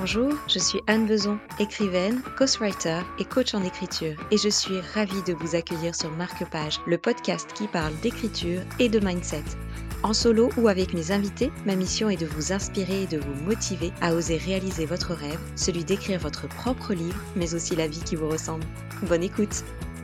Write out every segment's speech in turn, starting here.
Bonjour, je suis Anne Bezon, écrivaine, ghostwriter et coach en écriture, et je suis ravie de vous accueillir sur Marque-Page, le podcast qui parle d'écriture et de mindset. En solo ou avec mes invités, ma mission est de vous inspirer et de vous motiver à oser réaliser votre rêve, celui d'écrire votre propre livre, mais aussi la vie qui vous ressemble. Bonne écoute!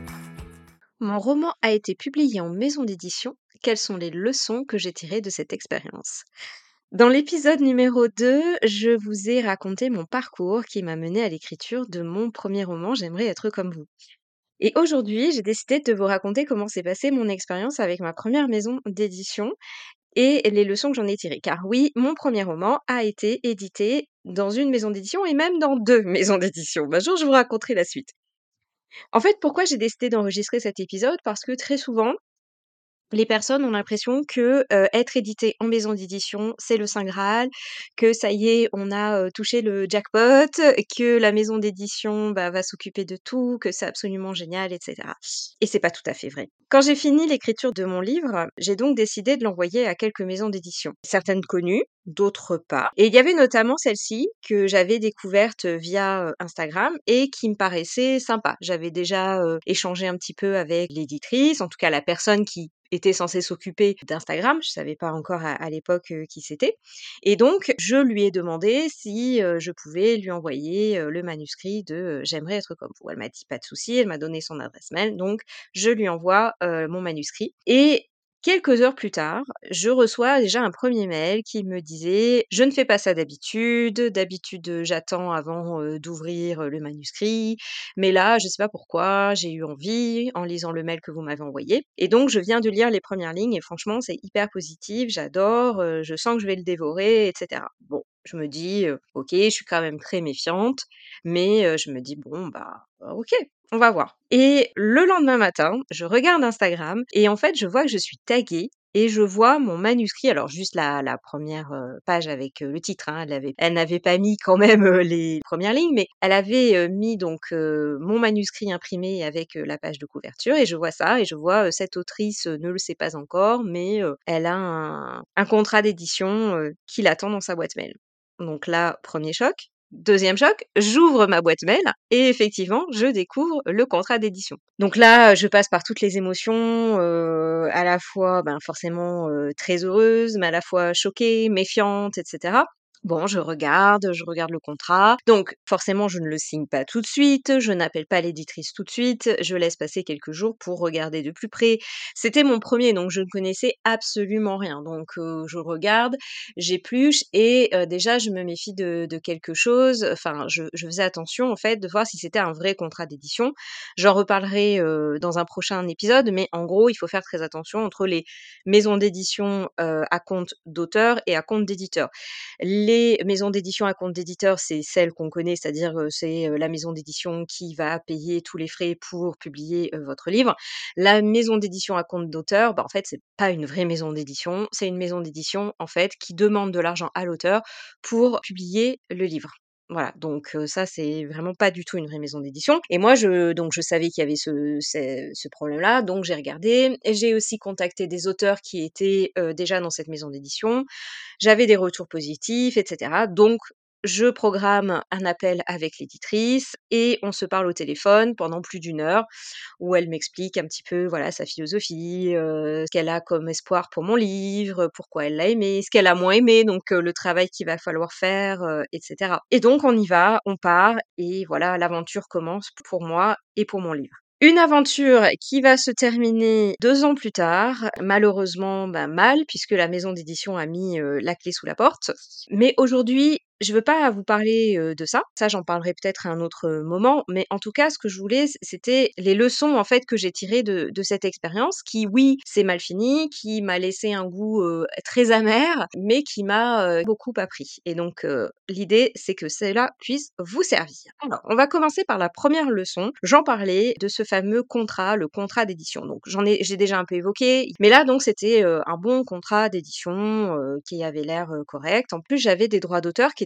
Mon roman a été publié en maison d'édition. Quelles sont les leçons que j'ai tirées de cette expérience? Dans l'épisode numéro 2, je vous ai raconté mon parcours qui m'a mené à l'écriture de mon premier roman, J'aimerais être comme vous. Et aujourd'hui, j'ai décidé de vous raconter comment s'est passée mon expérience avec ma première maison d'édition et les leçons que j'en ai tirées. Car oui, mon premier roman a été édité dans une maison d'édition et même dans 2 maisons d'édition. Un jour, je vous raconterai la suite. En fait, pourquoi j'ai décidé d'enregistrer cet épisode? Parce que très souvent, les personnes ont l'impression que, être édité en maison d'édition, c'est le saint graal, que ça y est, on a, touché le jackpot, que la maison d'édition, bah, va s'occuper de tout, que c'est absolument génial et cetera. Et c'est pas tout à fait vrai. Quand j'ai fini l'écriture de mon livre, j'ai donc décidé de l'envoyer à quelques maisons d'édition. Certaines connues, d'autres pas. Et il y avait notamment celle-ci que j'avais découverte, via, Instagram et qui me paraissait sympa. J'avais déjà, échangé un petit peu avec l'éditrice, en tout cas la personne qui était censée s'occuper d'Instagram. Je savais pas encore à l'époque, qui c'était. Et donc je lui ai demandé si, je pouvais lui envoyer, le manuscrit de, «J'aimerais être comme vous». Elle m'a dit: «Pas de souci», elle m'a donné son adresse mail, donc je lui envoie, mon manuscrit et quelques heures plus tard, je reçois déjà un premier mail qui me disait: «Je ne fais pas ça d'habitude. D'habitude, j'attends avant, d'ouvrir, le manuscrit. Mais là, je sais pas pourquoi, j'ai eu envie en lisant le mail que vous m'avez envoyé et donc je viens de lire les premières lignes et franchement, c'est hyper positif, j'adore, je sens que je vais le dévorer et cetera». Bon, je me dis, «OK», je suis quand même très méfiante, mais je me dis: «Bon, bah, OK, on va voir». Et le lendemain matin, je regarde Instagram et en fait, je vois que je suis taguée et je vois mon manuscrit, alors juste la 1re, page avec, le titre, hein, elle n'avait pas mis quand même, les premières lignes, mais elle avait, mis donc, mon manuscrit imprimé avec, la page de couverture et je vois ça et je vois, cette autrice, ne le sait pas encore, mais, elle a un contrat d'édition, qui l'attend dans sa boîte mail. Donc là, 1er choc. 2e choc, j'ouvre ma boîte mail et effectivement, je découvre le contrat d'édition. Donc là, je passe par toutes les émotions, à la fois, ben, forcément, très heureuse, mais à la fois choquée, méfiante et cetera. Bon, je regarde le contrat. Donc forcément, je ne le signe pas tout de suite, je n'appelle pas l'éditrice tout de suite, je laisse passer quelques jours pour regarder de plus près. C'était mon premier, donc je ne connaissais absolument rien. Donc je regarde, j'épluche et déjà je me méfie de quelque chose. Enfin, je faisais attention en fait de voir si c'était un vrai contrat d'édition. J'en reparlerai, dans un prochain épisode, mais en gros, il faut faire très attention entre les maisons d'édition, à compte d'auteur et à compte d'éditeur. Les maisons d'édition à compte d'éditeur, c'est celles qu'on connaît, c'est-à-dire, c'est, la maison d'édition qui va payer tous les frais pour publier, votre livre. La maison d'édition à compte d'auteur, bah, en fait, c'est pas une vraie maison d'édition, c'est une maison d'édition, en fait, qui demande de l'argent à l'auteur pour publier le livre. Voilà, donc ça, c'est vraiment pas du tout une vraie maison d'édition et moi, je savais qu'il y avait ce problème-là, donc j'ai regardé et j'ai aussi contacté des auteurs qui étaient, déjà dans cette maison d'édition. J'avais des retours positifs et cetera. Donc je programme un appel avec l'éditrice et on se parle au téléphone pendant plus d'1 heure où elle m'explique un petit peu, voilà, sa philosophie, ce qu'elle a comme espoir pour mon livre, pourquoi elle l'a aimé, ce qu'elle a moins aimé, donc le travail qu'il va falloir faire, et cetera. Et donc on y va, on part et voilà, l'aventure commence pour moi et pour mon livre. Une aventure qui va se terminer 2 ans plus tard, malheureusement, bah, mal puisque la maison d'édition a mis, la clé sous la porte. Mais aujourd'hui, je veux pas vous parler, de ça. Ça, j'en parlerai peut-être à un autre, moment, mais en tout cas, ce que je voulais, c'était les leçons, en fait, que j'ai tirées de cette expérience qui, oui, c'est mal fini, qui m'a laissé un goût, très amer, mais qui m'a, beaucoup appris et donc l'idée, c'est que cela puisse vous servir. Alors, on va commencer par la première leçon. J'en parlais de ce fameux contrat, le contrat d'édition. Donc j'ai déjà un peu évoqué, mais là donc c'était, un bon contrat d'édition, qui avait l'air, correct. En plus, j'avais des droits d'auteur qui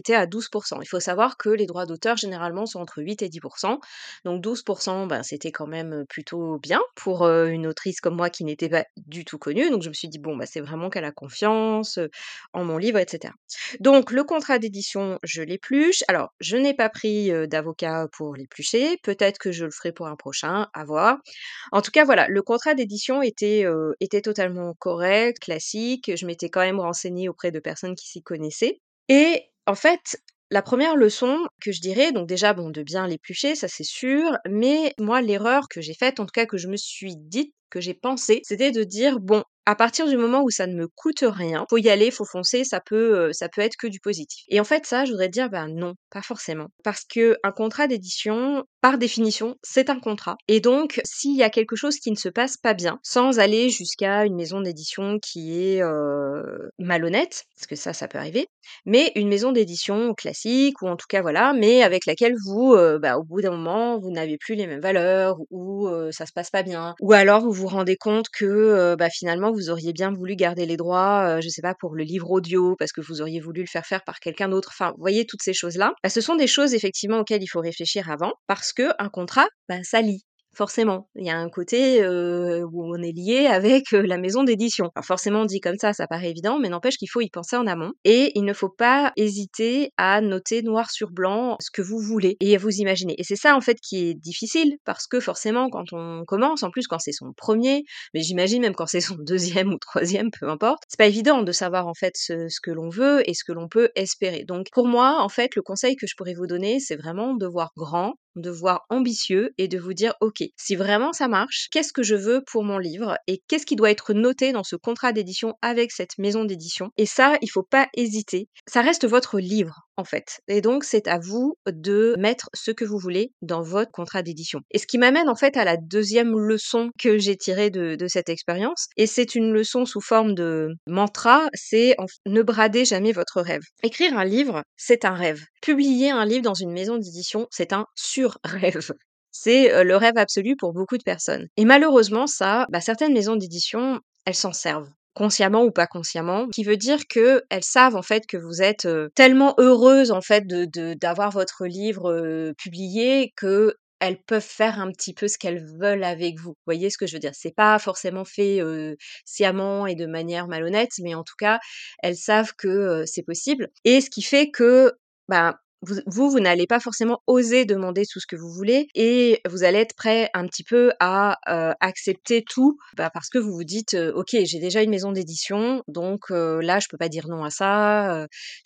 était à 12. Il faut savoir que les droits d'auteur, généralement, sont entre 8 et 10. Donc 12, ben, c'était quand même plutôt bien pour une autrice comme moi qui n'était pas du tout connue. Donc je me suis dit, bon, bah, c'est vraiment qu'elle a confiance en mon livre, etc. Donc le contrat d'édition, je l'épluche. Alors, je n'ai pas pris d'avocat pour l'éplucher. Peut-être que je le ferai pour un prochain, à voir. En tout cas, voilà, le contrat d'édition était totalement correct, classique. Je m'étais quand même renseignée auprès de personnes qui s'y connaissaient. Et en fait, la première leçon que je dirais, donc déjà, bon, de bien l'éplucher, ça c'est sûr, mais moi, l'erreur que j'ai faite, en tout cas que je me suis dite, que j'ai pensé, c'était de dire, bon, à partir du moment où ça ne me coûte rien, faut y aller, faut foncer, ça peut être que du positif. Et en fait, ça, je voudrais dire, ben non, pas forcément. Parce que un contrat d'édition, par définition, c'est un contrat. Et donc, s'il y a quelque chose qui ne se passe pas bien, sans aller jusqu'à une maison d'édition qui est malhonnête, parce que ça peut arriver, mais une maison d'édition classique, ou en tout cas voilà, mais avec laquelle vous, au bout d'un moment, vous n'avez plus les mêmes valeurs, ou ça se passe pas bien, ou alors vous vous rendez compte que finalement vous auriez bien voulu garder les droits, je sais pas, pour le livre audio, parce que vous auriez voulu le faire par quelqu'un d'autre. Enfin, vous voyez toutes ces choses-là. Bah, ce sont des choses effectivement auxquelles il faut réfléchir avant, parce que un contrat, ça lie. Forcément, il y a un côté où on est lié avec la maison d'édition. Alors forcément, dit comme ça paraît évident, mais n'empêche qu'il faut y penser en amont. Et il ne faut pas hésiter à noter noir sur blanc ce que vous voulez et à vous imaginer. Et c'est ça en fait qui est difficile, parce que forcément, quand on commence, en plus quand c'est son premier, mais j'imagine même quand c'est son deuxième ou troisième, peu importe, c'est pas évident de savoir en fait ce que l'on veut et ce que l'on peut espérer. Donc pour moi, en fait, le conseil que je pourrais vous donner, c'est vraiment de voir grand, de voir ambitieux et de vous dire, ok, si vraiment ça marche, qu'est-ce que je veux pour mon livre et qu'est-ce qui doit être noté dans ce contrat d'édition avec cette maison d'édition. Et ça, il faut pas hésiter. Ça reste votre livre, en fait. Et donc, c'est à vous de mettre ce que vous voulez dans votre contrat d'édition. Et ce qui m'amène, en fait, à la deuxième leçon que j'ai tirée de cette expérience. Et c'est une leçon sous forme de mantra, c'est ne bradez jamais votre rêve. Écrire un livre, c'est un rêve. Publier un livre dans une maison d'édition, c'est un sur-rêve. C'est le rêve absolu pour beaucoup de personnes. Et malheureusement, ça, certaines maisons d'édition, elles s'en servent consciemment ou pas consciemment, qui veut dire que elles savent en fait que vous êtes tellement heureuse en fait d'avoir votre livre publié que elles peuvent faire un petit peu ce qu'elles veulent avec vous. Vous voyez ce que je veux dire? C'est pas forcément fait sciemment et de manière malhonnête, mais en tout cas, elles savent que c'est possible. Et ce qui fait que bah, vous n'allez pas forcément oser demander tout ce que vous voulez et vous allez être prêt un petit peu à accepter tout, parce que vous vous dites ok, j'ai déjà une maison d'édition, donc là je peux pas dire non à ça,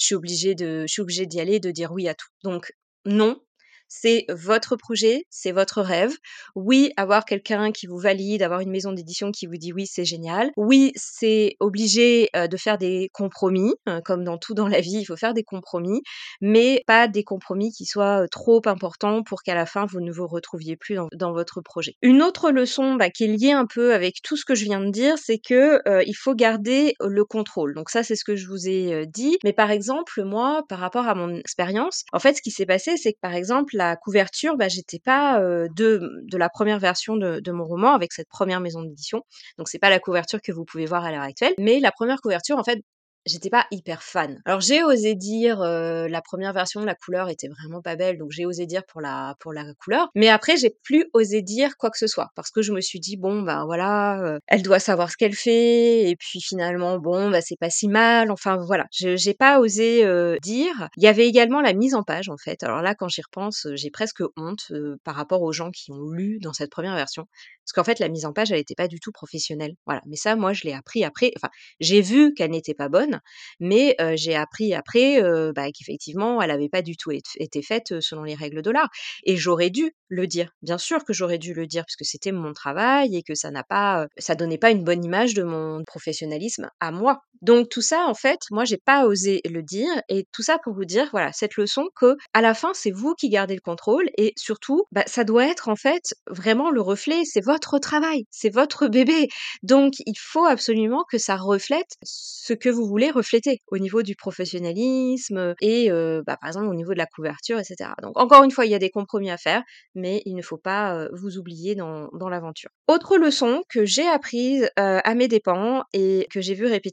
je suis obligée d'y aller, de dire oui à tout. Donc non, c'est votre projet, c'est votre rêve. Oui, avoir quelqu'un qui vous valide, avoir une maison d'édition qui vous dit oui, c'est génial. Oui, c'est obligé de faire des compromis, comme dans tout dans la vie, il faut faire des compromis, mais pas des compromis qui soient trop importants pour qu'à la fin vous ne vous retrouviez plus dans votre projet. Une autre leçon qui est liée un peu avec tout ce que je viens de dire, c'est que il faut garder le contrôle. Donc ça, c'est ce que je vous ai dit. Mais par exemple, moi, par rapport à mon expérience, en fait, ce qui s'est passé, c'est que par exemple, la couverture, j'étais pas de la première version de mon roman avec cette première maison d'édition. Donc c'est pas la couverture que vous pouvez voir à l'heure actuelle, mais la première couverture, en fait, j'étais pas hyper fan. Alors j'ai osé dire la première version, la couleur était vraiment pas belle, donc j'ai osé dire pour la couleur. Mais après j'ai plus osé dire quoi que ce soit parce que je me suis dit bon voilà, elle doit savoir ce qu'elle fait et puis finalement bon c'est pas si mal. Enfin voilà, j'ai pas osé dire. Il y avait également la mise en page en fait. Alors là quand j'y repense, j'ai presque honte par rapport aux gens qui ont lu dans cette première version parce qu'en fait la mise en page elle était pas du tout professionnelle. Voilà, mais ça moi je l'ai appris après. Enfin j'ai vu qu'elle n'était pas bonne, mais j'ai appris après, qu'effectivement, elle avait pas du tout été faite, selon les règles de l'art et j'aurais dû le dire. Bien sûr que j'aurais dû le dire puisque c'était mon travail et que ça donnait pas une bonne image de mon professionnalisme à moi. Donc tout ça, en fait, moi, j'ai pas osé le dire et tout ça pour vous dire, voilà, cette leçon que à la fin, c'est vous qui gardez le contrôle et surtout, ça doit être, en fait, vraiment le reflet, c'est votre travail, c'est votre bébé. Donc, il faut absolument que ça reflète ce que vous voulez refléter au niveau du professionnalisme et par exemple au niveau de la couverture, etc. Donc, encore une fois, il y a des compromis à faire, mais il ne faut pas vous oublier dans l'aventure. Autre leçon que j'ai apprise à mes dépens et que j'ai vu répéter depuis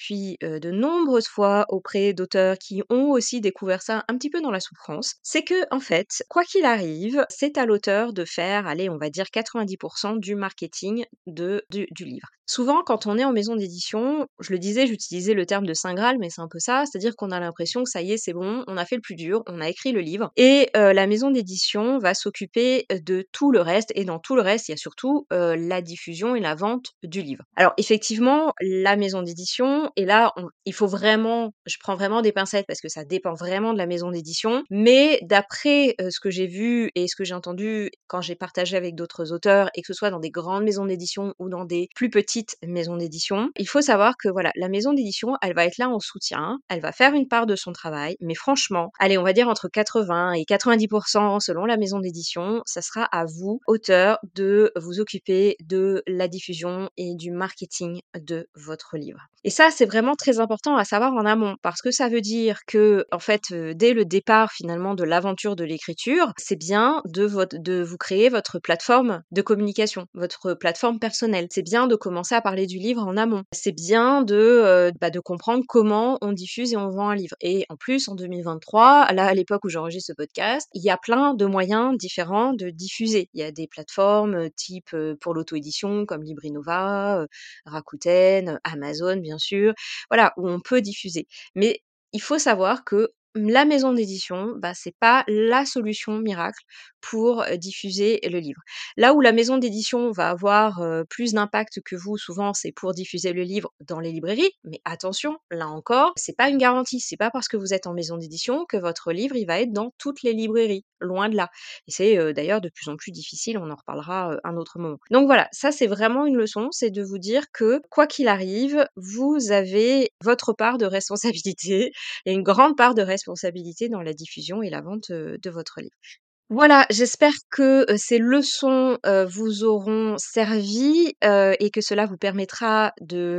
suis de nombreuses fois auprès d'auteurs qui ont aussi découvert ça un petit peu dans la souffrance, c'est que en fait, quoi qu'il arrive, c'est à l'auteur de faire, allez, on va dire 90% du marketing du livre. Souvent, quand on est en maison d'édition, je le disais, j'utilisais le terme de Saint Graal, mais c'est un peu ça, c'est-à-dire qu'on a l'impression que ça y est, c'est bon, on a fait le plus dur, on a écrit le livre, et la maison d'édition va s'occuper de tout le reste, et dans tout le reste, il y a surtout la diffusion et la vente du livre. Alors effectivement, la maison d'édition, et là, il faut vraiment, je prends vraiment des pincettes parce que ça dépend vraiment de la maison d'édition, mais d'après ce que j'ai vu et ce que j'ai entendu quand j'ai partagé avec d'autres auteurs, et que ce soit dans des grandes maisons d'édition ou dans des plus petites maisons d'édition, il faut savoir que voilà, la maison d'édition, elle va être là en soutien, elle va faire une part de son travail, mais franchement, allez, on va dire entre 80 et 90% selon la maison d'édition, ça sera à vous, auteurs, de vous occuper de la diffusion et du marketing de votre livre. Et ça, c'est vraiment très important à savoir en amont, parce que ça veut dire que, en fait, dès le départ finalement de l'aventure de l'écriture, c'est bien de vous créer votre plateforme de communication, votre plateforme personnelle. C'est bien de commencer à parler du livre en amont. C'est bien de comprendre comment on diffuse et on vend un livre. Et en plus, en 2023, là, à l'époque où j'enregistre ce podcast, il y a plein de moyens différents de diffuser. Il y a des plateformes type pour l'auto-édition comme Librinova, Rakuten, Amazon, bien sûr, voilà, où on peut diffuser. Mais il faut savoir que la maison d'édition, c'est pas la solution miracle pour diffuser le livre. Là où la maison d'édition va avoir plus d'impact que vous, souvent, c'est pour diffuser le livre dans les librairies. Mais attention, là encore, c'est pas une garantie. C'est pas parce que vous êtes en maison d'édition que votre livre, il va être dans toutes les librairies. Loin de là. Et c'est d'ailleurs de plus en plus difficile. On en reparlera un autre moment. Donc voilà, ça c'est vraiment une leçon, c'est de vous dire que quoi qu'il arrive, vous avez votre part de responsabilité et une grande part de responsabilité dans la diffusion et la vente de votre livre. Voilà, j'espère que, ces leçons, vous auront servi, et que cela vous permettra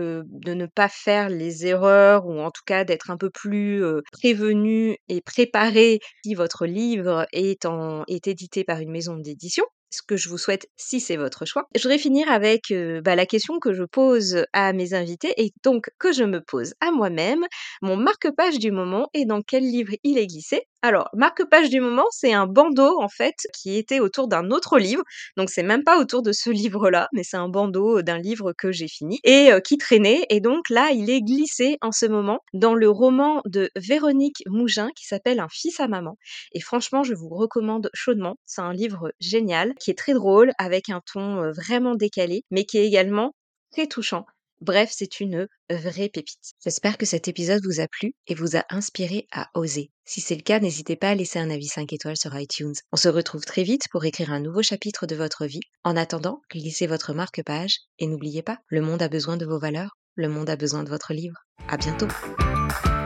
de ne pas faire les erreurs, ou en tout cas d'être un peu plus, prévenus et préparés si votre livre est édité par une maison d'édition. Ce que je vous souhaite si c'est votre choix. Je voudrais finir avec, la question que je pose à mes invités, et donc que je me pose à moi-même. Mon marque-page du moment, et dans quel livre il est glissé? Alors, marque-page du moment, c'est un bandeau en fait qui était autour d'un autre livre. Donc c'est même pas autour de ce livre-là, mais c'est un bandeau d'un livre que j'ai fini et qui traînait. Et donc là, il est glissé en ce moment dans le roman de Véronique Mougin qui s'appelle Un fils à maman. Et franchement, je vous recommande chaudement. C'est un livre génial qui est très drôle avec un ton vraiment décalé, mais qui est également très touchant. Bref, c'est une vraie pépite. J'espère que cet épisode vous a plu et vous a inspiré à oser. Si c'est le cas, n'hésitez pas à laisser un avis 5 étoiles sur iTunes. On se retrouve très vite pour écrire un nouveau chapitre de votre vie. En attendant, glissez votre marque-page et n'oubliez pas, le monde a besoin de vos valeurs, le monde a besoin de votre livre. À bientôt!